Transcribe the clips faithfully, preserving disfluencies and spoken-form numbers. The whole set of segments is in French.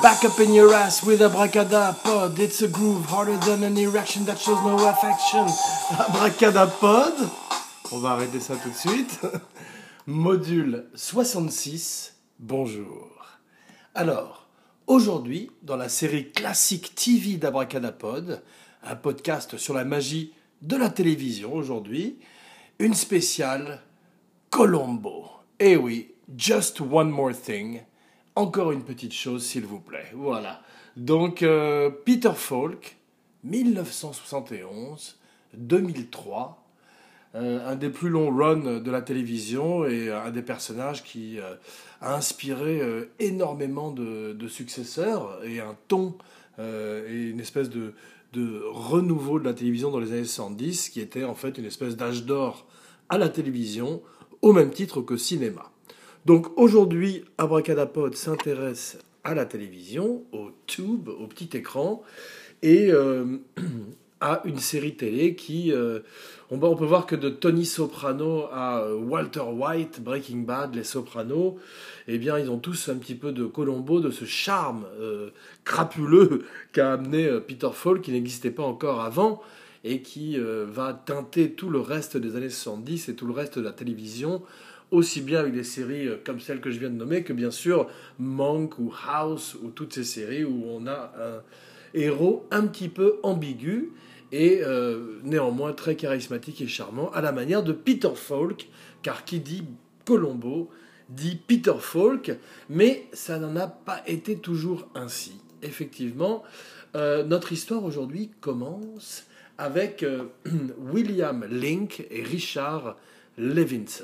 Back up in your ass with abracadapod. It's a groove harder than an erection that shows no affection. Abracadapod. On va arrêter ça tout de suite. Module soixante-six. Bonjour. Alors, aujourd'hui, dans la série classique T V d'Abracadapod, un podcast sur la magie de la télévision aujourd'hui, une spéciale Columbo. Eh oui, just one more thing. Encore une petite chose, s'il vous plaît. Voilà. Donc, euh, Peter Falk, dix-neuf cent soixante et onze à deux mille trois, euh, un des plus longs runs de la télévision et un des personnages qui euh, a inspiré euh, énormément de, de successeurs et un ton euh, et une espèce de, de renouveau de la télévision dans les années soixante-dix, qui était en fait une espèce d'âge d'or à la télévision, au même titre qu'au cinéma. Donc aujourd'hui, Abracadapod s'intéresse à la télévision, au tube, au petit écran, et euh, à une série télé qui, euh, on, on peut voir que de Tony Soprano à Walter White, Breaking Bad, Les Sopranos, eh bien ils ont tous un petit peu de Columbo, de ce charme euh, crapuleux qu'a amené euh, Peter Falk, qui n'existait pas encore avant, et qui euh, va teinter tout le reste des années soixante-dix et tout le reste de la télévision, aussi bien avec des séries comme celles que je viens de nommer, que bien sûr Monk ou House, ou toutes ces séries où on a un héros un petit peu ambigu, et euh, néanmoins très charismatique et charmant, à la manière de Peter Falk, car qui dit Columbo dit Peter Falk, mais ça n'en a pas été toujours ainsi. Effectivement, euh, notre histoire aujourd'hui commence avec euh, William Link et Richard Levinson.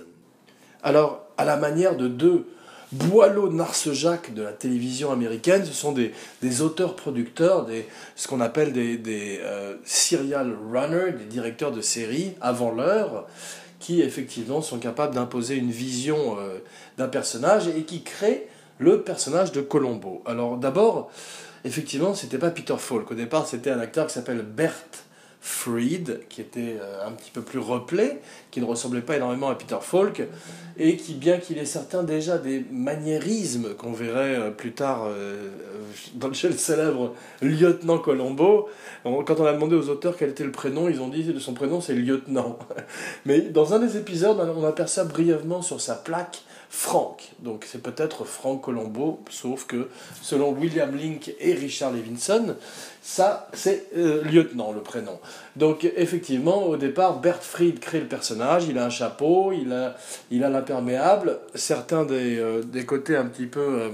Alors, à la manière de deux Boileau Narcejac de la télévision américaine, ce sont des, des auteurs-producteurs, des, ce qu'on appelle des, des euh, serial runners, des directeurs de séries avant l'heure, qui effectivement sont capables d'imposer une vision euh, d'un personnage et qui créent le personnage de Columbo. Alors d'abord, effectivement, c'était pas Peter Falk. Au départ, c'était un acteur qui s'appelle Bert Freed, qui était euh, un petit peu plus replé, qui ne ressemblait pas énormément à Peter Falk, et qui, bien qu'il ait certains déjà des maniérismes qu'on verrait euh, plus tard euh, dans chez le célèbre lieutenant Columbo, on, quand on a demandé aux auteurs quel était le prénom, ils ont dit que son prénom c'est lieutenant. Mais dans un des épisodes, on aperçoit brièvement sur sa plaque Frank. Donc c'est peut-être Frank Columbo, sauf que selon William Link et Richard Levinson, ça c'est euh, lieutenant le prénom. Donc effectivement, au départ, Bert Freed crée le personnage, il a un chapeau, il a, il a l'imperméable, certains des, euh, des côtés un petit peu euh,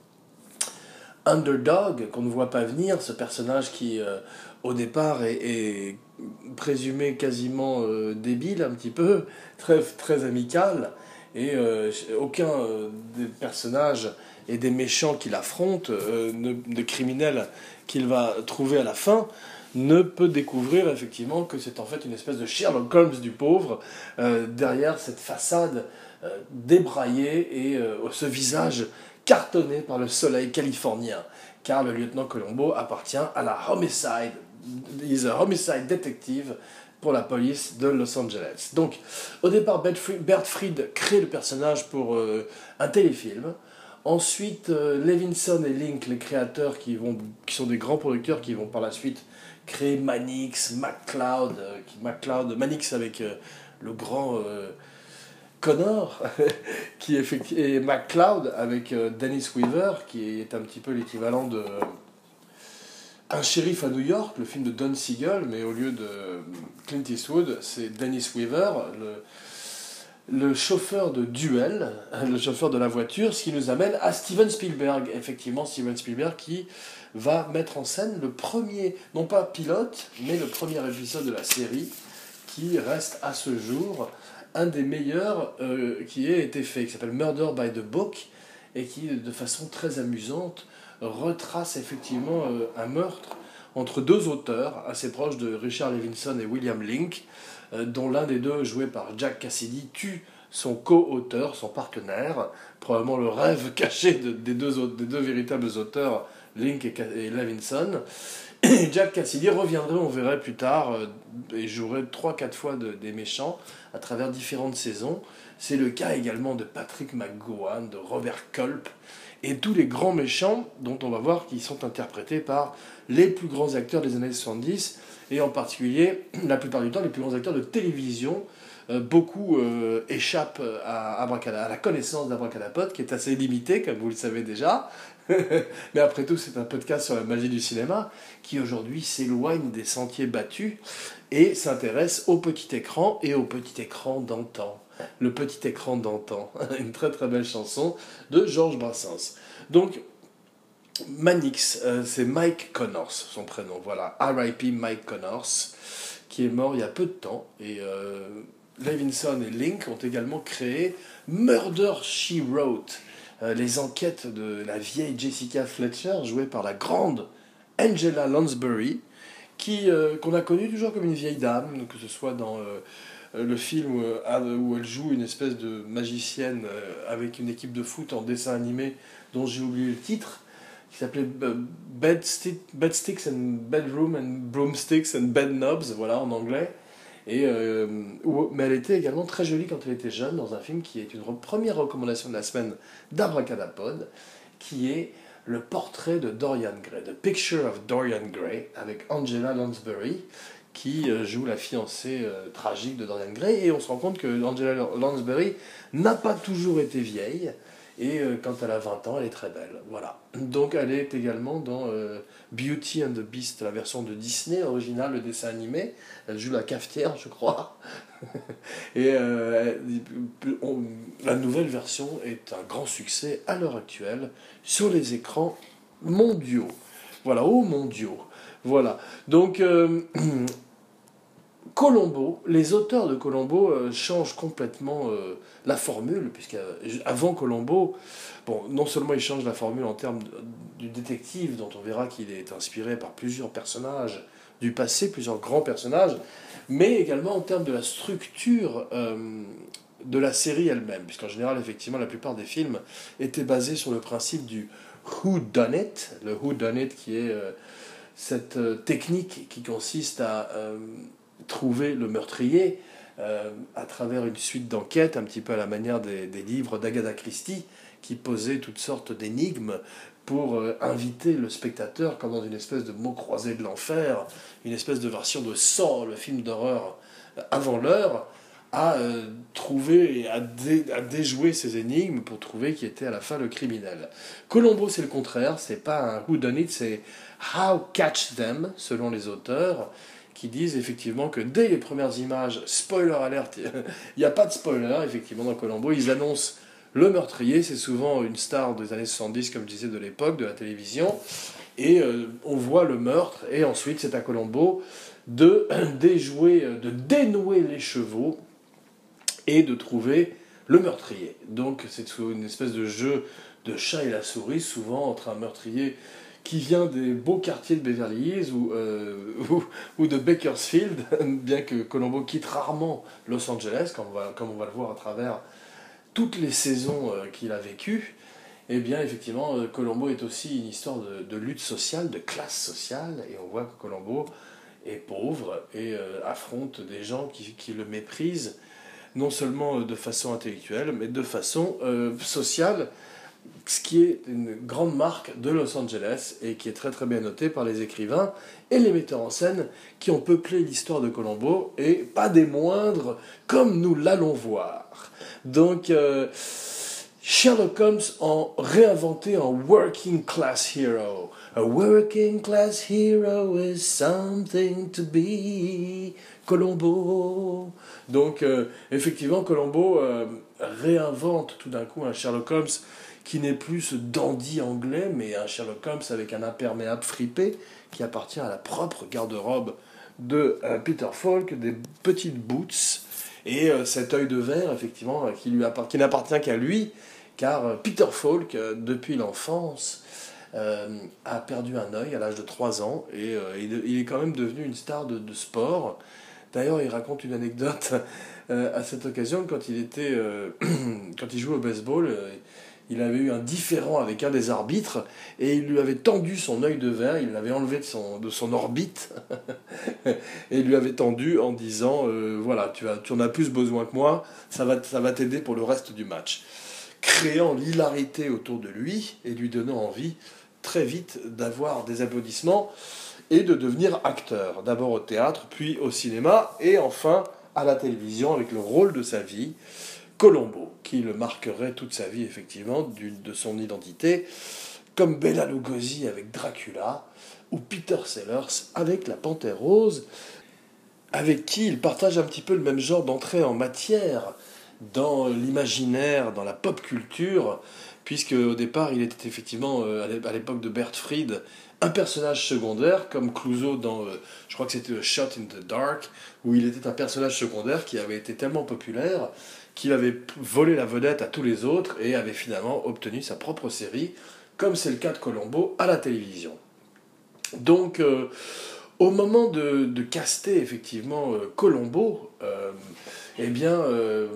underdog qu'on ne voit pas venir, ce personnage qui euh, au départ est, est présumé quasiment euh, débile un petit peu, très, très amical. Et euh, aucun euh, des personnages et des méchants qu'il affronte, euh, ne, des criminels qu'il va trouver à la fin, ne peut découvrir effectivement que c'est en fait une espèce de Sherlock Holmes du pauvre, euh, derrière cette façade euh, débraillée et euh, ce visage cartonné par le soleil californien. Car le lieutenant Columbo appartient à la homicide, is a homicide detective, pour la police de Los Angeles. Donc, au départ, Bert Freed crée le personnage pour euh, un téléfilm. Ensuite, euh, Levinson et Link, les créateurs qui, vont, qui sont des grands producteurs, qui vont par la suite créer Mannix, McCloud, euh, qui, McCloud Mannix avec euh, le grand euh, Connor, qui est, et McCloud avec euh, Dennis Weaver, qui est un petit peu l'équivalent de... Euh, Un shérif à New York, le film de Don Siegel, mais au lieu de Clint Eastwood, c'est Dennis Weaver, le, le chauffeur de duel, le chauffeur de la voiture, ce qui nous amène à Steven Spielberg. Effectivement, Steven Spielberg qui va mettre en scène le premier, non pas pilote, mais le premier épisode de la série, qui reste à ce jour un des meilleurs euh, qui ait été fait, qui s'appelle Murder by the Book, et qui, de façon très amusante, retrace effectivement euh, un meurtre entre deux auteurs assez proches de Richard Levinson et William Link, euh, dont l'un des deux, joué par Jack Cassidy, tue son co-auteur, son partenaire, probablement le rêve caché de, des, deux, des deux véritables auteurs Link et, et Levinson. Et Jack Cassidy reviendrait, on verrait plus tard, euh, et jouerait trois quatre fois de, des méchants à travers différentes saisons. C'est le cas également de Patrick McGowan, de Robert Culp, et tous les grands méchants dont on va voir qu'ils sont interprétés par les plus grands acteurs des années soixante-dix, et en particulier, la plupart du temps, les plus grands acteurs de télévision. Euh, beaucoup euh, échappent à, Abracada, à la connaissance d'Abracadapod, qui est assez limitée, comme vous le savez déjà. Mais après tout, c'est un podcast sur la magie du cinéma qui aujourd'hui s'éloigne des sentiers battus et s'intéresse au petit écran et au petit écran d'antan. Le petit écran d'antan, une très très belle chanson de Georges Brassens. Donc, Mannix, euh, c'est Mike Connors, son prénom, voilà, R I P Mike Connors, qui est mort il y a peu de temps, et euh, Levinson et Link ont également créé Murder, She Wrote, euh, les enquêtes de la vieille Jessica Fletcher, jouée par la grande Angela Lansbury, qui, euh, qu'on a connue toujours comme une vieille dame, que ce soit dans euh, le film où, où elle joue une espèce de magicienne euh, avec une équipe de foot en dessin animé dont j'ai oublié le titre, qui s'appelait Bed, Sti- Bed Sticks and Bedroom and Broomsticks and Bed Knobs, voilà, en anglais. Et, euh, où, mais elle était également très jolie quand elle était jeune, dans un film qui est une re- première recommandation de la semaine d'Abracadapod, qui est le portrait de Dorian Gray, The Picture of Dorian Gray, avec Angela Lansbury, qui euh, joue la fiancée euh, tragique de Dorian Gray. Et on se rend compte que Angela Lansbury n'a pas toujours été vieille, et euh, quand elle a vingt ans, elle est très belle. Voilà. Donc elle est également dans euh, Beauty and the Beast, la version de Disney originale, le dessin animé. Elle joue la cafetière, je crois. Et euh, on, la nouvelle version est un grand succès à l'heure actuelle sur les écrans mondiaux. Voilà, aux mondiaux. Voilà. Donc... Euh, Columbo, les auteurs de Columbo euh, changent complètement euh, la formule, puisqu'avant Columbo, bon, non seulement ils changent la formule en termes de, du détective, dont on verra qu'il est inspiré par plusieurs personnages du passé, plusieurs grands personnages, mais également en termes de la structure euh, de la série elle-même, puisqu'en général, effectivement, la plupart des films étaient basés sur le principe du who done it, le who done it qui est euh, cette euh, technique qui consiste à... Euh, trouver le meurtrier euh, à travers une suite d'enquêtes, un petit peu à la manière des, des livres d'Agatha Christie, qui posaient toutes sortes d'énigmes pour euh, inviter le spectateur, comme dans une espèce de mots croisés de l'enfer, une espèce de version de Saw, le film d'horreur avant l'heure, à euh, trouver et à, dé, à déjouer ces énigmes pour trouver qui était à la fin le criminel. Columbo, c'est le contraire, c'est pas un whodunit, c'est how catch them, selon les auteurs, qui disent effectivement que dès les premières images, spoiler alert, il n'y a pas de spoiler, effectivement, dans Columbo, ils annoncent le meurtrier, c'est souvent une star des années soixante-dix, comme je disais, de l'époque, de la télévision, et euh, on voit le meurtre, et ensuite c'est à Columbo de déjouer, de dénouer les chevaux, et de trouver le meurtrier. Donc c'est une espèce de jeu de chat et la souris, souvent entre un meurtrier qui vient des beaux quartiers de Beverly Hills ou, euh, ou, ou de Bakersfield, bien que Columbo quitte rarement Los Angeles, comme on va, comme on va le voir à travers toutes les saisons euh, qu'il a vécues. Eh bien, effectivement, euh, Columbo est aussi une histoire de, de lutte sociale, de classe sociale, et on voit que Columbo est pauvre et euh, affronte des gens qui, qui le méprisent, non seulement de façon intellectuelle, mais de façon euh, sociale, ce qui est une grande marque de Los Angeles et qui est très très bien noté par les écrivains et les metteurs en scène qui ont peuplé l'histoire de Columbo, et pas des moindres, comme nous l'allons voir. Donc, euh, Sherlock Holmes en réinventé en working class hero. A working class hero is something to be. Columbo. Donc, euh, effectivement, Columbo euh, réinvente tout d'un coup un Sherlock Holmes qui n'est plus ce dandy anglais, mais un Sherlock Holmes avec un imperméable fripé qui appartient à la propre garde-robe de euh, Peter Falk, des petites boots, et euh, cet œil de verre, effectivement, qui, lui appart- qui n'appartient qu'à lui, car euh, Peter Falk, euh, depuis l'enfance, euh, a perdu un œil à l'âge de trois ans, et euh, il, il est quand même devenu une star de, de sport. D'ailleurs, il raconte une anecdote euh, à cette occasion, quand il était, euh, quand il jouait au baseball, euh, il avait eu un différend avec un des arbitres, et il lui avait tendu son œil de verre, il l'avait enlevé de son, de son orbite, et il lui avait tendu en disant euh, « Voilà, tu, as, tu en as plus besoin que moi, ça va, ça va t'aider pour le reste du match », créant l'hilarité autour de lui, et lui donnant envie très vite d'avoir des applaudissements, et de devenir acteur, d'abord au théâtre, puis au cinéma, et enfin à la télévision avec le rôle de sa vie, Colombo, qui le marquerait toute sa vie, effectivement, du, de son identité, comme Bela Lugosi avec Dracula, ou Peter Sellers avec La Panthère Rose, avec qui il partage un petit peu le même genre d'entrée en matière dans l'imaginaire, dans la pop culture, puisque au départ, il était effectivement, à l'époque de Bert Fried, un personnage secondaire, comme Clouseau dans, je crois que c'était Shot in the Dark, où il était un personnage secondaire qui avait été tellement populaire qu'il avait volé la vedette à tous les autres et avait finalement obtenu sa propre série, comme c'est le cas de Colombo à la télévision. Donc, euh, au moment de, de caster effectivement euh, Colombo, euh, eh bien, euh,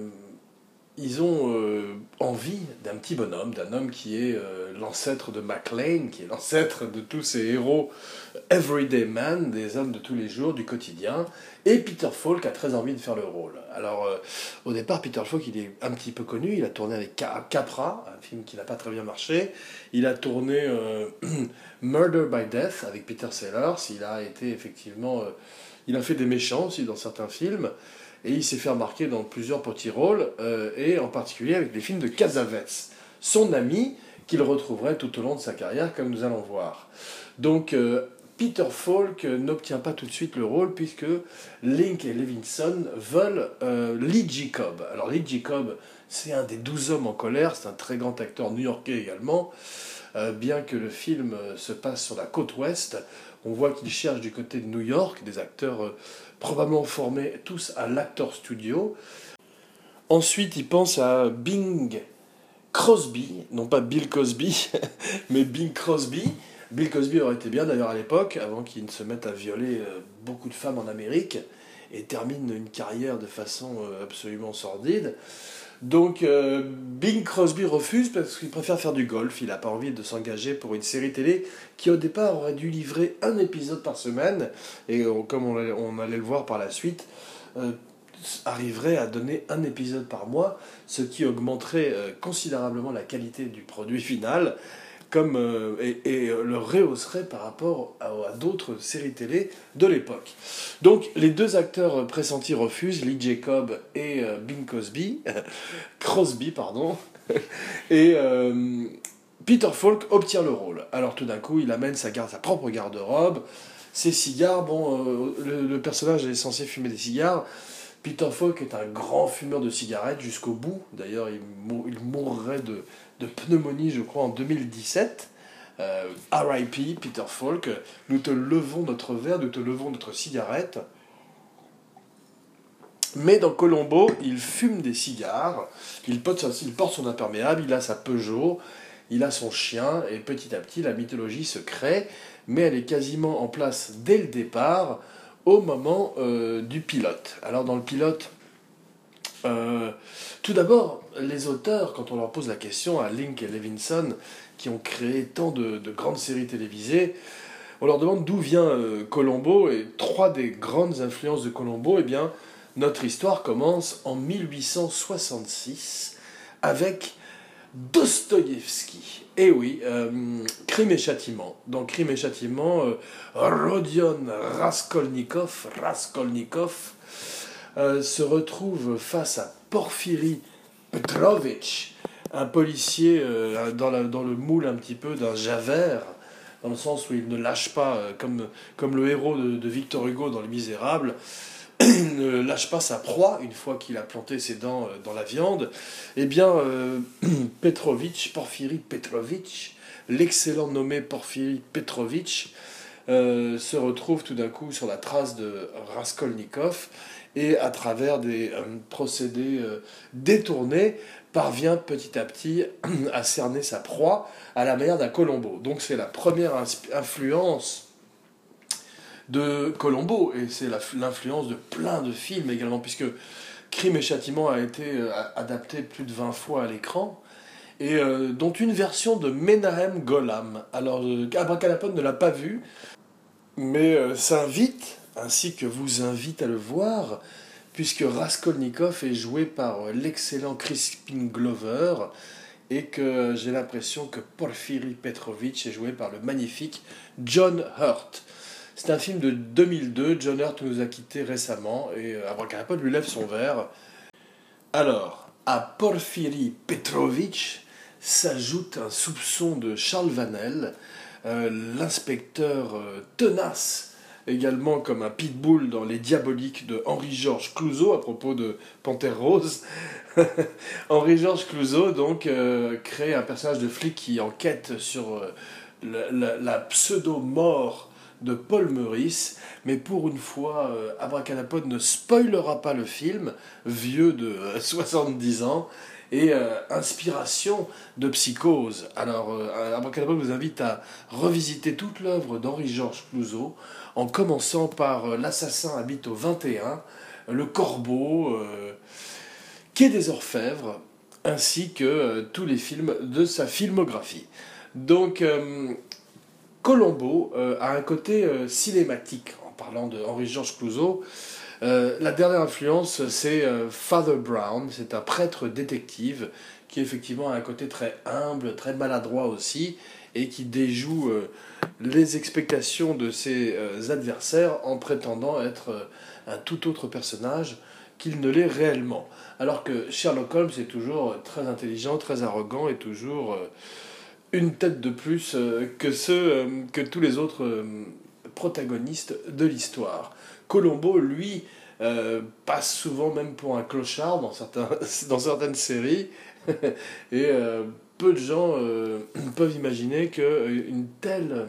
ils ont euh, envie d'un petit bonhomme, d'un homme qui est euh, l'ancêtre de McLean, qui est l'ancêtre de tous ces héros everyday man, des hommes de tous les jours, du quotidien. Et Peter Falk a très envie de faire le rôle. Alors, euh, au départ, Peter Falk, il est un petit peu connu. Il a tourné avec Capra, un film qui n'a pas très bien marché. Il a tourné euh, Murder by Death avec Peter Sellers. Il a été effectivement... Euh, il a fait des méchants aussi dans certains films. Et il s'est fait remarquer dans plusieurs petits rôles, euh, et en particulier avec les films de Cassavetes, son ami, qu'il retrouverait tout au long de sa carrière, comme nous allons voir. Donc, euh, Peter Falk n'obtient pas tout de suite le rôle, puisque Link et Levinson veulent euh, Lee Jacob. Alors, Lee Jacob, c'est un des douze hommes en colère, c'est un très grand acteur new-yorkais également. Euh, bien que le film se passe sur la côte ouest, on voit qu'il cherche du côté de New York des acteurs euh, probablement formés tous à l'Actor Studio. Ensuite, il pense à Bing Crosby, non pas Bill Cosby, mais Bing Crosby. Bill Cosby aurait été bien d'ailleurs à l'époque, avant qu'il ne se mette à violer euh, beaucoup de femmes en Amérique, et termine une carrière de façon euh, absolument sordide. Donc, euh, Bing Crosby refuse parce qu'il préfère faire du golf. Il n'a pas envie de s'engager pour une série télé qui, au départ, aurait dû livrer un épisode par semaine. Et euh, comme on allait, on allait le voir par la suite, euh, arriverait à donner un épisode par mois, ce qui augmenterait euh, considérablement la qualité du produit final, comme, euh, et, et le rehausserait par rapport à, à d'autres séries télé de l'époque. Donc les deux acteurs pressentis refusent, Lee Jacob et euh, Bing Crosby, Crosby pardon, et euh, Peter Falk obtient le rôle. Alors tout d'un coup, il amène sa, garde, sa propre garde-robe, ses cigares. Bon, euh, le, le personnage est censé fumer des cigares. Peter Falk est un grand fumeur de cigarettes jusqu'au bout. D'ailleurs, il, mou- il mourrait de, de pneumonie, je crois, en deux mille dix-sept. Euh, R I P Peter Falk. Nous te levons notre verre, nous te levons notre cigarette. Mais dans Colombo, il fume des cigares, il porte, il porte son imperméable, il a sa Peugeot, il a son chien, et petit à petit, la mythologie se crée, mais elle est quasiment en place dès le départ, au moment euh, du pilote. Alors dans le pilote, euh, tout d'abord, les auteurs, quand on leur pose la question à Link et Levinson, qui ont créé tant de, de grandes séries télévisées, on leur demande d'où vient euh, Colombo, et trois des grandes influences de Colombo, eh bien, notre histoire commence en mille huit cent soixante-six avec Dostoïevski. Et oui, euh, Crime et Châtiment. Dans Crime et Châtiment, euh, Rodion Raskolnikov, Raskolnikov euh, se retrouve face à Porfiri Petrovitch, un policier euh, dans, la, dans le moule un petit peu d'un Javert, dans le sens où il ne lâche pas, euh, comme, comme le héros de, de Victor Hugo dans Les Misérables, il ne lâche pas sa proie une fois qu'il a planté ses dents dans la viande. Eh bien, euh, Petrovitch, Porfiri Petrovitch, l'excellent nommé Porfiri Petrovitch, euh, se retrouve tout d'un coup sur la trace de Raskolnikov et à travers des euh, procédés euh, détournés, parvient petit à petit à cerner sa proie à la manière d'un Colombo. Donc c'est la première influence de Colombo, et c'est la, l'influence de plein de films également, puisque Crime et Châtiment a été euh, adapté plus de vingt fois à l'écran, et euh, dont une version de Menahem Golam. Alors, euh, Abracadapod ne l'a pas vu, mais euh, s'invite, ainsi que vous invite à le voir, puisque Raskolnikov est joué par euh, l'excellent Crispin Glover, et que j'ai l'impression que Porfiry Petrovitch est joué par le magnifique John Hurt. C'est un film de deux mille deux, John Hurt nous a quittés récemment, et euh, Abracadapod lui lève son verre. Alors, à Porfiry Petrovitch s'ajoute un soupçon de Charles Vanel, euh, l'inspecteur euh, tenace, également comme un pitbull dans Les Diaboliques de Henri-Georges Clouzot, à propos de Panthère Rose. Henri-Georges Clouzot, donc, euh, crée un personnage de flic qui enquête sur euh, la, la, la pseudo-mort de Paul Meurice, mais pour une fois, euh, Abracadapod ne spoilera pas le film, vieux de euh, soixante-dix ans, et euh, inspiration de Psychose. Alors, euh, Abracadapod vous invite à revisiter toute l'œuvre d'Henri-Georges Clouzot, en commençant par euh, L'assassin habite au vingt et un, Le Corbeau, euh, Quai des Orfèvres, ainsi que euh, tous les films de sa filmographie. Donc, euh, Colombo euh, a un côté euh, cinématique, en parlant de Henri-Georges Clouzot. Euh, la dernière influence, c'est euh, Father Brown, c'est un prêtre détective qui effectivement a un côté très humble, très maladroit aussi, et qui déjoue euh, les expectations de ses euh, adversaires en prétendant être euh, un tout autre personnage qu'il ne l'est réellement. Alors que Sherlock Holmes est toujours très intelligent, très arrogant et toujours euh, une tête de plus euh, que, ceux, euh, que tous les autres euh, protagonistes de l'histoire. Colombo, lui, euh, passe souvent même pour un clochard dans, certains, dans certaines séries, et euh, peu de gens euh, peuvent imaginer qu'une telle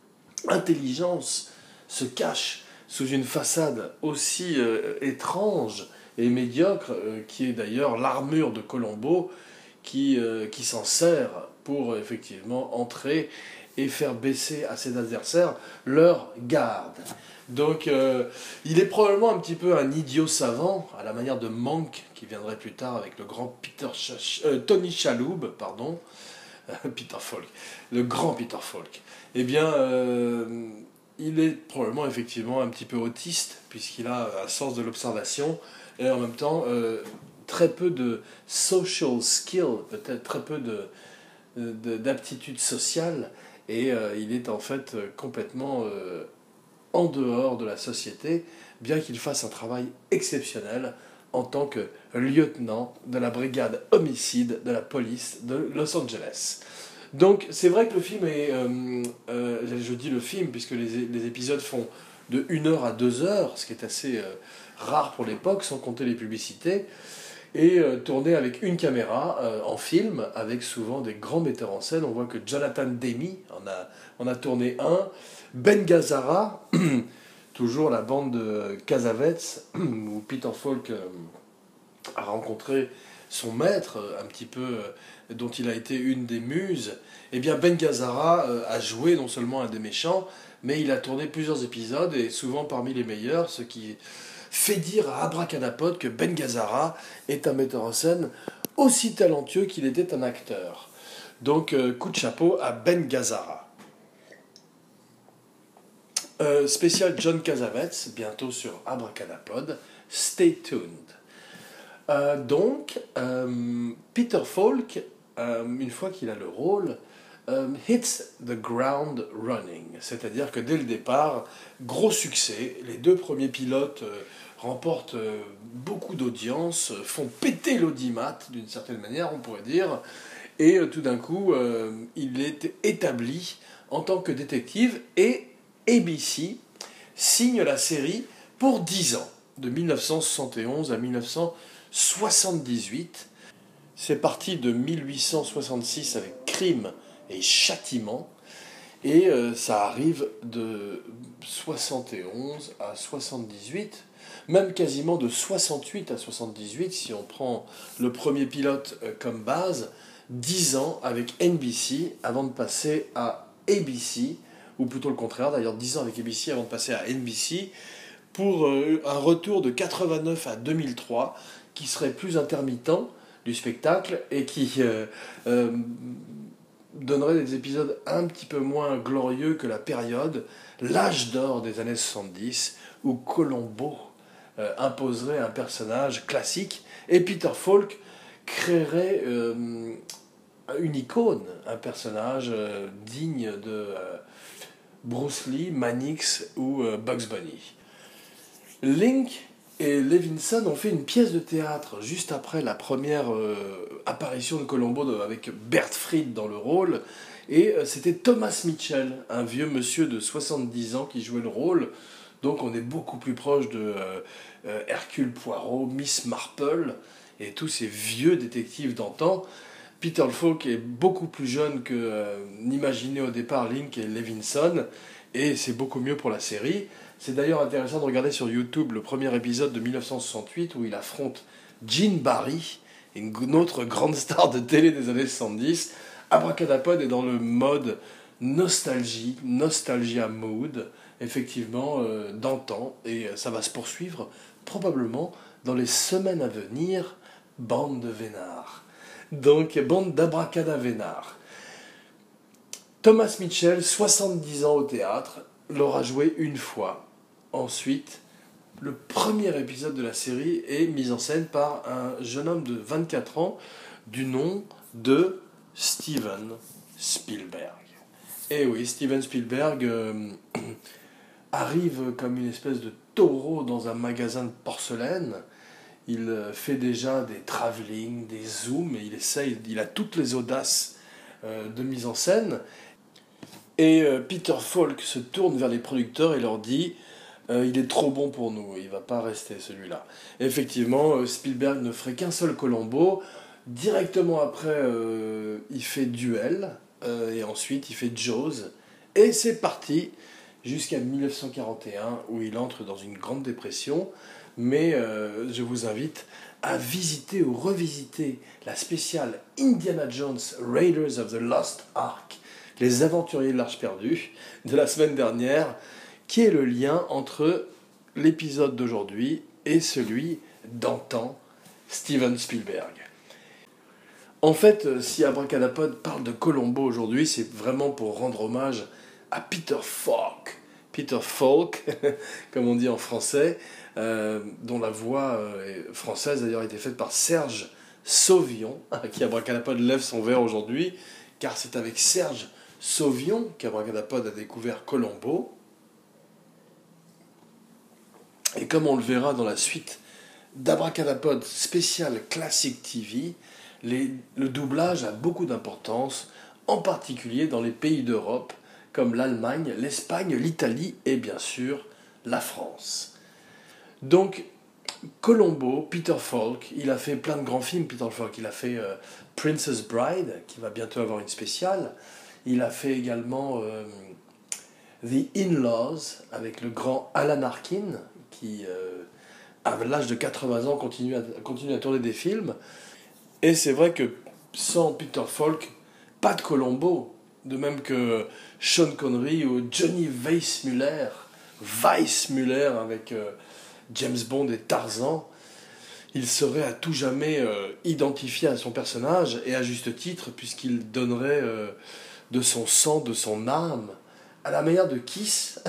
intelligence se cache sous une façade aussi euh, étrange et médiocre, euh, qui est d'ailleurs l'armure de Colombo, qui, euh, qui s'en sert pour effectivement entrer et faire baisser à ses adversaires leur garde. Donc euh, il est probablement un petit peu un idiot savant, à la manière de Monk, qui viendrait plus tard avec le grand Peter Ch- euh, Tony Shalhoub, pardon, Peter Falk, le grand Peter Falk. Eh bien, euh, il est probablement effectivement un petit peu autiste, puisqu'il a un sens de l'observation, et en même temps, euh, très peu de social skill, peut-être très peu de, de, d'aptitude sociale, et euh, il est en fait complètement euh, en dehors de la société, bien qu'il fasse un travail exceptionnel en tant que lieutenant de la brigade homicide de la police de Los Angeles. Donc c'est vrai que le film est... Euh, euh, je dis le film, puisque les, les épisodes font de une heure à deux heures, ce qui est assez euh, rare pour l'époque, sans compter les publicités, et euh, tourné avec une caméra euh, en film, avec souvent des grands metteurs en scène. On voit que Jonathan Demme en a, en a tourné un, Ben Gazzara, toujours la bande de Cassavetes, où Peter Falk euh, a rencontré son maître, un petit peu, euh, dont il a été une des muses. Eh bien, Ben Gazzara euh, a joué non seulement un des méchants, mais il a tourné plusieurs épisodes, et souvent parmi les meilleurs, ce qui fait dire à Abracadapod que Ben Gazzara est un metteur en scène aussi talentueux qu'il était un acteur. Donc, euh, coup de chapeau à Ben Gazzara. Euh, spécial John Cassavetes, bientôt sur Abracadapod. Stay tuned. Euh, donc, euh, Peter Falk, euh, une fois qu'il a le rôle, euh, hits the ground running. C'est-à-dire que dès le départ, gros succès. Les deux premiers pilotes euh, remportent euh, beaucoup d'audience, font péter l'audimat, d'une certaine manière, on pourrait dire. Et euh, tout d'un coup, euh, il est établi en tant que détective, et A B C signe la série pour dix ans, de mille neuf cent soixante et onze à mille neuf cent soixante-dix-huit. C'est parti de mille huit cent soixante-six avec Crime et Châtiment, et euh, ça arrive de soixante et onze à soixante-dix-huit, même quasiment de soixante-huit à soixante-dix-huit, si on prend le premier pilote euh, comme base, dix ans avec N B C avant de passer à A B C, ou plutôt le contraire, d'ailleurs dix ans avec A B C avant de passer à N B C, pour euh, un retour de quatre-vingt-neuf à deux mille trois, qui serait plus intermittent, du spectacle et qui euh, euh, donnerait des épisodes un petit peu moins glorieux que la période, l'âge d'or des années soixante-dix, où Columbo euh, imposerait un personnage classique et Peter Falk créerait euh, une icône, un personnage euh, digne de euh, Bruce Lee, Mannix ou euh, Bugs Bunny. Link et Levinson ont fait une pièce de théâtre juste après la première euh, apparition de Columbo de, avec Bert Fried dans le rôle. Et euh, c'était Thomas Mitchell, un vieux monsieur de soixante-dix ans qui jouait le rôle. Donc on est beaucoup plus proche de euh, euh, Hercule Poirot, Miss Marple et tous ces vieux détectives d'antan. Peter Falk est beaucoup plus jeune que euh, n'imaginait au départ Link et Levinson. Et c'est beaucoup mieux pour la série. C'est d'ailleurs intéressant de regarder sur YouTube le premier épisode de mille neuf cent soixante-huit où il affronte Gene Barry, une autre grande star de télé des années soixante-dix. Abracadapod est dans le mode nostalgie, nostalgia mood, effectivement, euh, d'antan, et ça va se poursuivre probablement dans les semaines à venir, bande de vénards. Donc, bande d'abracadavénards. Thomas Mitchell, soixante-dix ans au théâtre, l'aura joué une fois. Ensuite, le premier épisode de la série est mis en scène par un jeune homme de vingt-quatre ans du nom de Steven Spielberg. Et oui, Steven Spielberg euh, arrive comme une espèce de taureau dans un magasin de porcelaine. Il fait déjà des travelling, des zooms, et il essaye, il a toutes les audaces euh, de mise en scène. Et euh, Peter Falk se tourne vers les producteurs et leur dit euh, il est trop bon pour nous, il ne va pas rester celui-là. Et effectivement, euh, Spielberg ne ferait qu'un seul Columbo. Directement après, euh, il fait Duel, euh, et ensuite il fait Jaws. Et c'est parti jusqu'à mille neuf cent quarante et un, où il entre dans une grande dépression. Mais euh, je vous invite à visiter ou revisiter la spéciale Indiana Jones Raiders of the Lost Ark, les aventuriers de l'Arche perdue, de la semaine dernière, qui est le lien entre l'épisode d'aujourd'hui et celui d'antan, Steven Spielberg. En fait, si Abracadapod parle de Columbo aujourd'hui, c'est vraiment pour rendre hommage à Peter Falk. Peter Falk, comme on dit en français, euh, dont la voix euh, française d'ailleurs a été faite par Serge Sauvion, à qui Abracadapod lève son verre aujourd'hui, car c'est avec Serge Sauvion qu'Abracadapod a découvert Columbo. Et comme on le verra dans la suite d'Abracadapod spécial Classic T V, les, le doublage a beaucoup d'importance, en particulier dans les pays d'Europe, comme l'Allemagne, l'Espagne, l'Italie et bien sûr la France. Donc, Columbo, Peter Falk, il a fait plein de grands films, Peter Falk. Il a fait euh, Princess Bride, qui va bientôt avoir une spéciale. Il a fait également euh, The In-Laws, avec le grand Alan Arkin, qui, euh, à l'âge de quatre-vingts ans, continue à, continue à tourner des films. Et c'est vrai que sans Peter Falk, pas de Columbo. De même que Sean Connery ou Johnny Weissmuller, Weissmuller avec euh, James Bond et Tarzan, il serait à tout jamais euh, identifié à son personnage, et à juste titre, puisqu'il donnerait euh, de son sang, de son âme, à la manière de Kiss.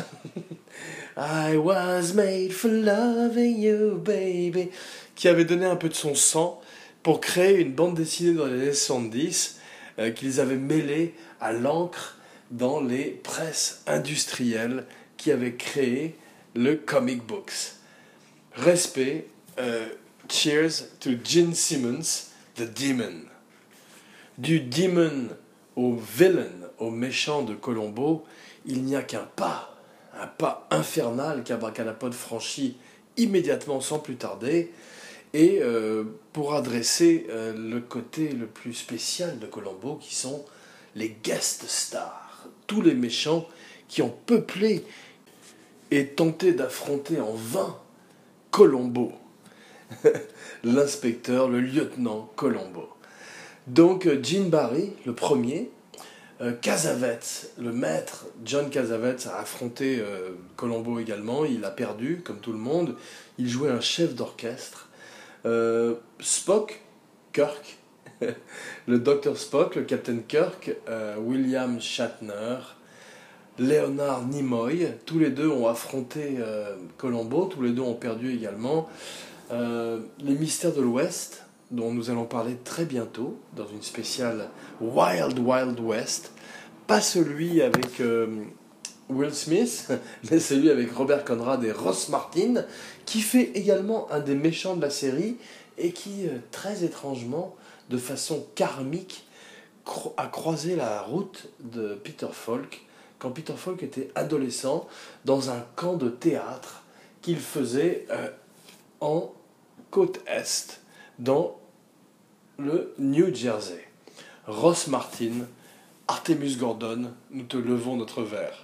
I was made for loving you, baby, qui avait donné un peu de son sang pour créer une bande dessinée dans les années soixante-dix euh, qu'ils avaient mêlée à l'encre dans les presses industrielles qui avaient créé le comic books. Respect, euh, cheers to Gene Simmons, the Demon. Du Demon au villain, au méchant de Columbo, il n'y a qu'un pas, un pas infernal qu'Abracadapod franchit immédiatement sans plus tarder, et euh, pour adresser euh, le côté le plus spécial de Columbo, qui sont les guest stars, tous les méchants qui ont peuplé et tenté d'affronter en vain Columbo, l'inspecteur, le lieutenant Columbo. Donc Gene Barry, le premier, euh, Cassavetes, le maître, John Cassavetes, a affronté euh, Columbo également, il a perdu, comme tout le monde, il jouait un chef d'orchestre. Euh, Spock, Kirk, le docteur Spock, le Captain Kirk, euh, William Shatner, Leonard Nimoy, tous les deux ont affronté euh, Columbo, tous les deux ont perdu également. Euh, les mystères de l'Ouest, dont nous allons parler très bientôt, dans une spéciale Wild Wild West, pas celui avec euh, Will Smith, mais celui avec Robert Conrad et Ross Martin, qui fait également un des méchants de la série, et qui, euh, très étrangement, de façon karmique, cro- a croisé la route de Peter Falk, quand Peter Falk était adolescent, dans un camp de théâtre qu'il faisait euh, en côte Est, dans le New Jersey. Ross Martin, Artemus Gordon, nous te levons notre verre.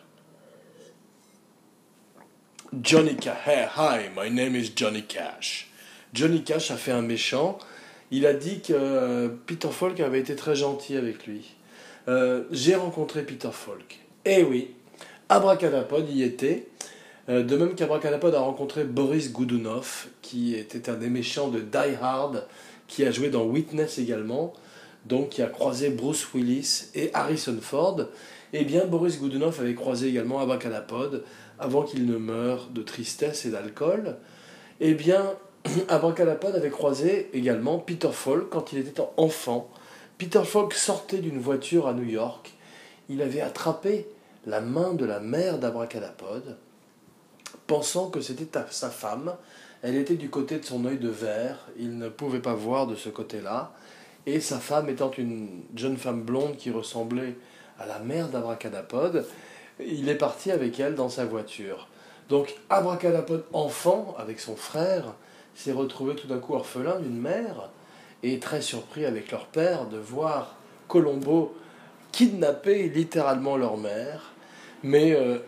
Johnny Cash, hey, hi, my name is Johnny Cash. Johnny Cash a fait un méchant. Il a dit que euh, Peter Falk avait été très gentil avec lui. Euh, j'ai rencontré Peter Falk. Eh oui, Abracadapod y était. Euh, de même qu'Abracadapod a rencontré Boris Godunov, qui était un des méchants de Die Hard, qui a joué dans Witness également, donc qui a croisé Bruce Willis et Harrison Ford. Eh bien, Boris Godunov avait croisé également Abracadapod avant qu'il ne meure de tristesse et d'alcool. Eh bien, Abracadapod avait croisé également Peter Falk quand il était enfant. Peter Falk sortait d'une voiture à New York. Il avait attrapé la main de la mère d'Abracadapod, pensant que c'était sa femme. Elle était du côté de son œil de verre. Il ne pouvait pas voir de ce côté-là. Et sa femme étant une jeune femme blonde qui ressemblait à la mère d'Abracadapod, il est parti avec elle dans sa voiture. Donc Abracadapod, enfant, avec son frère, s'est retrouvé tout d'un coup orphelin d'une mère, et très surpris avec leur père de voir Columbo kidnapper littéralement leur mère. Mais euh,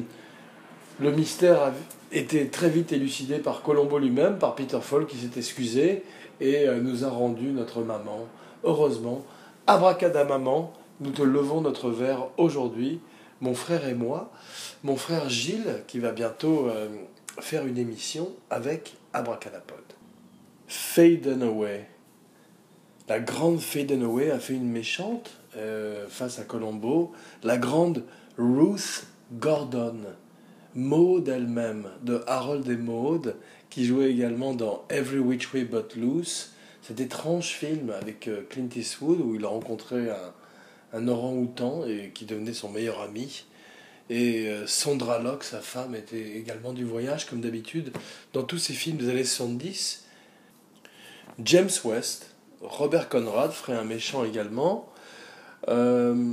le mystère a été très vite élucidé par Columbo lui-même, par Peter Falk qui s'est excusé et euh, nous a rendu notre maman. Heureusement, abracadamaman, nous te levons notre verre aujourd'hui, mon frère et moi, mon frère Gilles qui va bientôt euh, faire une émission avec Abracadapod. Faye Dunaway. La grande Faye Dunaway a fait une méchante euh, face à Columbo, la grande Ruth Gordon, Maud elle-même, de Harold et Maude, qui jouait également dans Every Which Way But Loose, cet étrange film avec euh, Clint Eastwood où il a rencontré un, un orang-outan et qui devenait son meilleur ami. Et euh, Sondra Locke, sa femme, était également du voyage, comme d'habitude, dans tous ces films des années soixante-dix. James West, Robert Conrad ferait un méchant également. Euh,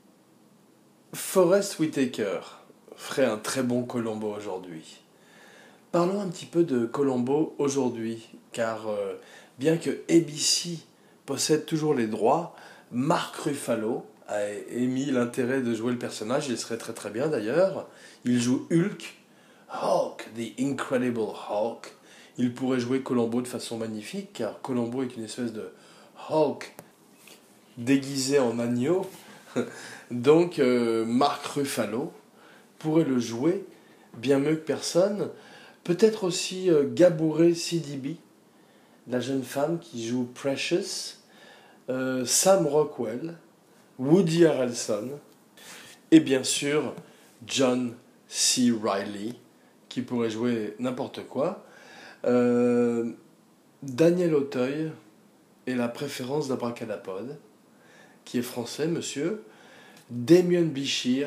Forest Whitaker ferait un très bon Columbo aujourd'hui. Parlons un petit peu de Columbo aujourd'hui, car euh, bien que A B C possède toujours les droits, Mark Ruffalo a émis l'intérêt de jouer le personnage, il serait très très bien d'ailleurs. Il joue Hulk, Hulk, the Incredible Hulk. Il pourrait jouer Columbo de façon magnifique, car Columbo est une espèce de Hulk déguisé en agneau. Donc euh, Mark Ruffalo pourrait le jouer bien mieux que personne. Peut-être aussi euh, Gabourey Sidibe, la jeune femme qui joue Precious, euh, Sam Rockwell, Woody Harrelson, et bien sûr John C. Reilly, qui pourrait jouer n'importe quoi. Euh, Daniel Auteuil est la préférence d'Abracadapod, qui est français, monsieur. Damien Bichir,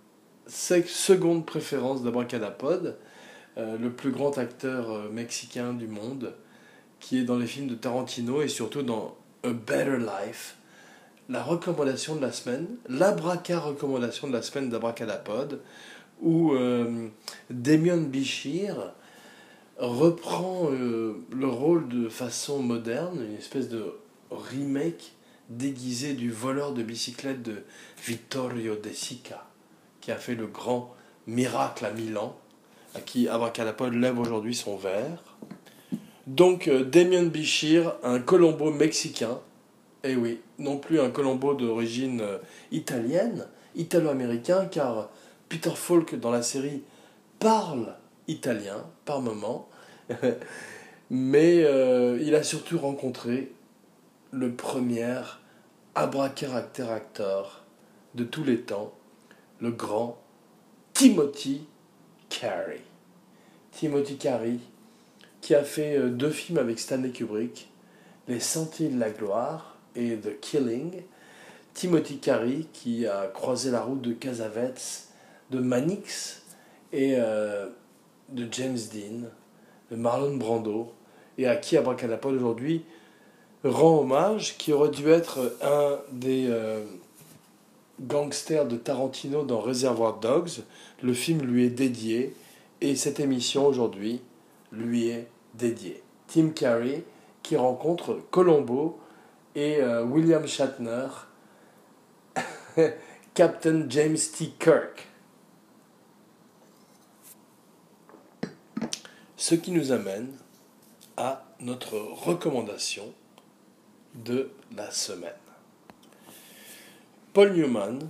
seconde préférence d'Abracadapod, euh, le plus grand acteur euh, mexicain du monde, qui est dans les films de Tarantino et surtout dans A Better Life. La recommandation de la semaine, l'abraca-recommandation de la semaine d'Abracadapod, où euh, Damien Bichir reprend euh, le rôle de façon moderne, une espèce de remake déguisé du voleur de bicyclette de Vittorio De Sica, qui a fait le grand miracle à Milan, à qui Abracadapod lève aujourd'hui son verre. Donc euh, Damien Bichir, un Columbo mexicain, et oui, non plus un Columbo d'origine euh, italienne, italo-américain, car Peter Falk dans la série parle italien par moment, mais euh, il a surtout rencontré le premier abracadabra de tous les temps, le grand Timothy Carey. Timothy Carey, qui a fait deux films avec Stanley Kubrick, Les Sentiers de la Gloire et The Killing. Timothy Carey, qui a croisé la route de Cassavetes, de Mannix et euh, de James Dean, de Marlon Brando, et à qui Abracadapod aujourd'hui rend hommage, qui aurait dû être un des euh, gangsters de Tarantino dans Reservoir Dogs. Le film lui est dédié, et cette émission aujourd'hui lui est dédiée. Tim Carey qui rencontre Columbo et euh, William Shatner, Captain James T. Kirk. Ce qui nous amène à notre recommandation de la semaine. Paul Newman,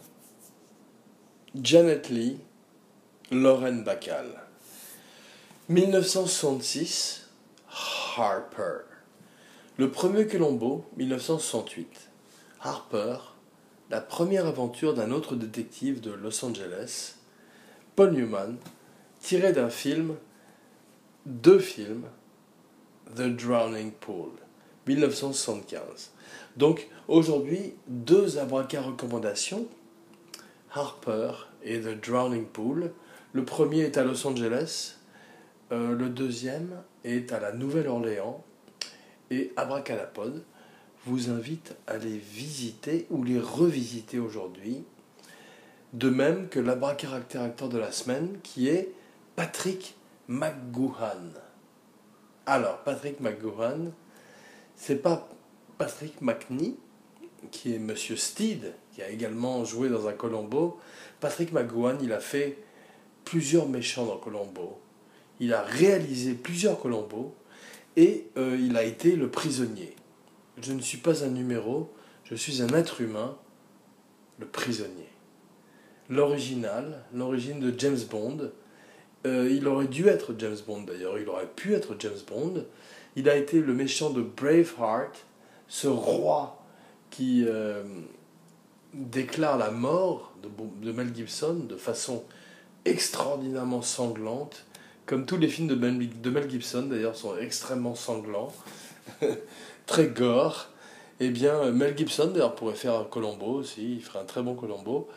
Janet Leigh, Lauren Bacall. dix-neuf cent soixante-six, Harper. Le premier Columbo, dix-neuf cent soixante-huit. Harper, la première aventure d'un autre détective de Los Angeles. Paul Newman, tiré d'un film, deux films, The Drowning Pool, dix-neuf cent soixante-quinze. Donc aujourd'hui, deux abracas recommandations, Harper et The Drowning Pool. Le premier est à Los Angeles, euh, le deuxième est à la Nouvelle-Orléans, et Abracadapod vous invite à les visiter ou les revisiter aujourd'hui, de même que l'abracadacteur de la semaine qui est Patrick McGoohan. Alors, Patrick McGoohan, c'est pas Patrick McNee, qui est Monsieur Steed, qui a également joué dans un Columbo. Patrick McGoohan, il a fait plusieurs méchants dans Columbo. Il a réalisé plusieurs Columbo et euh, il a été le prisonnier. Je ne suis pas un numéro, je suis un être humain, le prisonnier. L'original, l'origine de James Bond, euh, il aurait dû être James Bond d'ailleurs, il aurait pu être James Bond. Il a été le méchant de Braveheart, ce roi qui euh, déclare la mort de, de Mel Gibson de façon extraordinairement sanglante, comme tous les films de Mel, de Mel Gibson d'ailleurs sont extrêmement sanglants, très gore. Eh bien, Mel Gibson d'ailleurs pourrait faire un Columbo aussi, il ferait un très bon Columbo.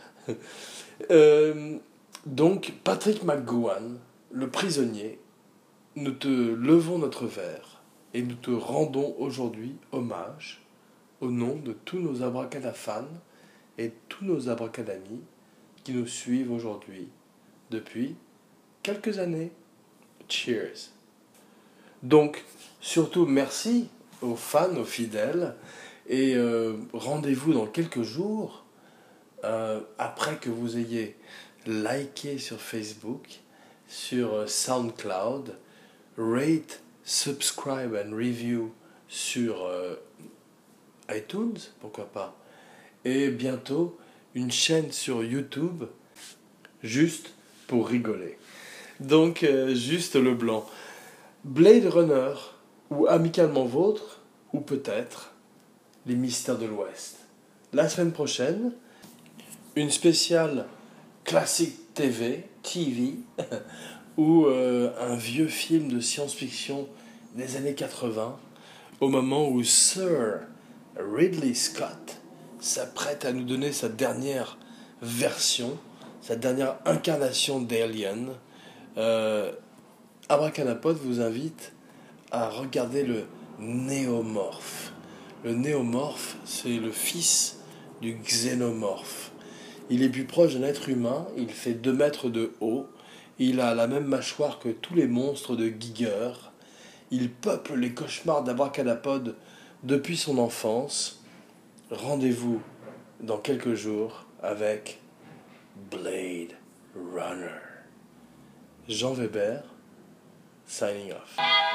euh, donc, Patrick McGoohan, le prisonnier, nous te levons notre verre et nous te rendons aujourd'hui hommage au nom de tous nos abracadafans et tous nos abracadamis qui nous suivent aujourd'hui depuis quelques années. Cheers. Donc, surtout merci aux fans, aux fidèles, et euh, rendez-vous dans quelques jours, euh, après que vous ayez liké sur Facebook, sur SoundCloud, rate, subscribe and review sur euh, iTunes, pourquoi pas, et bientôt une chaîne sur YouTube, juste pour rigoler. Donc, euh, juste le blanc. Blade Runner, ou Amicalement Vôtre, ou peut-être Les Mystères de l'Ouest. La semaine prochaine, une spéciale classique T V, T V, ou euh, un vieux film de science-fiction des années quatre-vingts, au moment où Sir Ridley Scott s'apprête à nous donner sa dernière version, sa dernière incarnation d'Alien. Euh, Abracadapod vous invite à regarder le néomorphe. Le néomorphe, c'est le fils du xénomorphe. Il est plus proche d'un être humain, il fait deux mètres de haut, il a la même mâchoire que tous les monstres de Giger, il peuple les cauchemars d'Abracadapod depuis son enfance. Rendez-vous dans quelques jours avec Blade Runner. Jean Weber, signing off.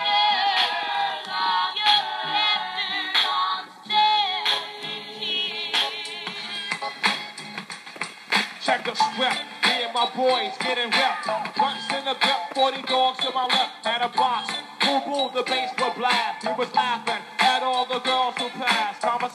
Check the script, me and my boys getting ripped. Punch in the grip, forty dogs to my left, and a box. Boom, boom, the bass would blast. We was laughing at all the girls who passed.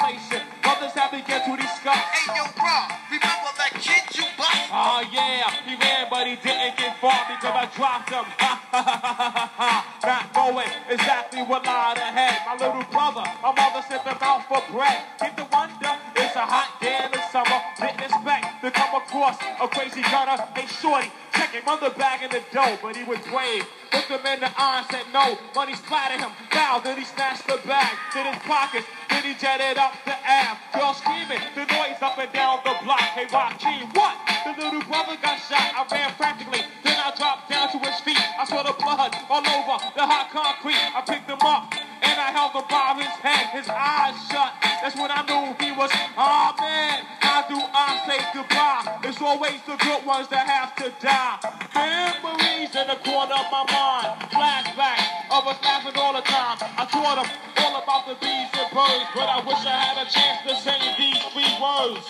bruh, remember that kid you bust? Oh yeah, he ran but he didn't get far because I dropped him. Ha ha ha ha ha ha. Not knowing exactly what lied ahead. My little brother, my mother sent them out for bread. Get the wonder, it's a hot day in the summer. Didn't expect to come across a crazy gunner. Hey shorty, check him, mother bag in the dough, but he was brave. Looked him in the eye and said no. Money splattered him. Now then he snatched the bag, did his pockets, then he jetted up the Ave. Y'all screaming, the noise up and down the block. Hey Joaquin, what? The little brother got shot. I ran frantically, then I dropped down to his feet. I saw the blood all over the hot concrete. I picked him up and I held him by his head, his eyes shut. That's when I knew he was, oh man, how do I say goodbye? It's always the good ones that have to die. Memories in the corner of my mind, flashbacks of us laughing all the time. I taught him all about the bees and birds, but I wish I had a chance to say these three words.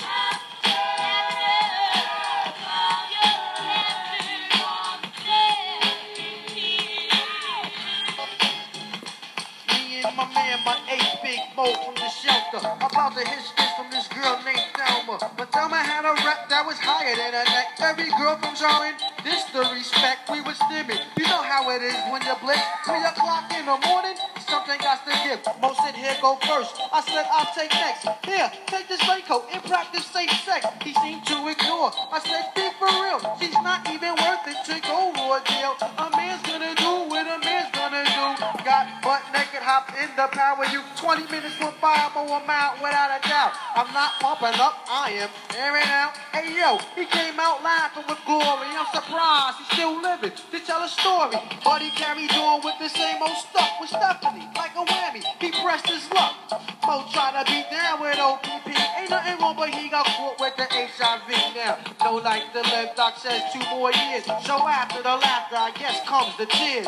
My man, my ace big Mo from the shelter. About to hit this from this girl named Thelma. But Thelma had a rep that was higher than her neck. Every girl from Sharon, this the respect. We was stimming. You know how it is when you blitz. Three o'clock in the morning, something got to give. Mo said, here, go first. I said, I'll take next. Here, take this raincoat and practice safe sex. He seemed to ignore. I said, be for real. She's not even worth it to go raw deal. A man's gonna do what a man's gonna do. Got butt naked, hop in the power. You twenty minutes went by, I'm on out without a doubt. I'm not pumping up, I am airing out. Hey yo, he came out laughing with glory. I'm surprised he's still living to tell a story. But he carried on with the same old stuff with Stephanie, like a whammy. He pressed his luck. Mo tried to beat down with O P P. Ain't nothing wrong, but he got caught with the H I V now. No life to live, doc says two more years. So after the laughter, I guess comes the tears.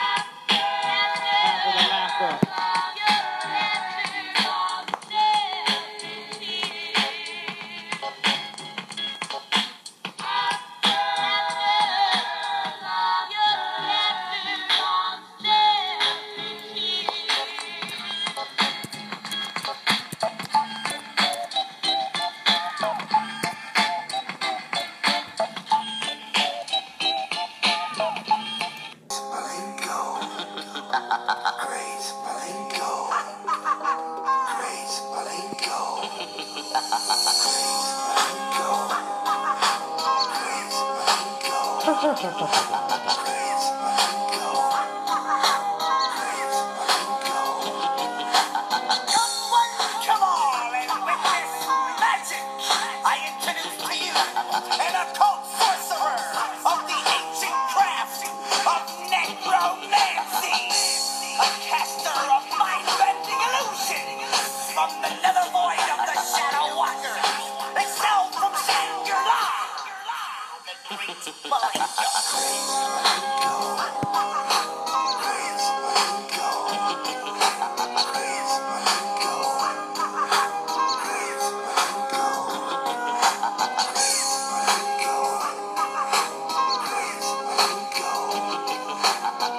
After the laughter.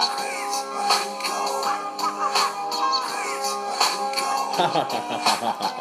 Ha ha ha ha ha ha.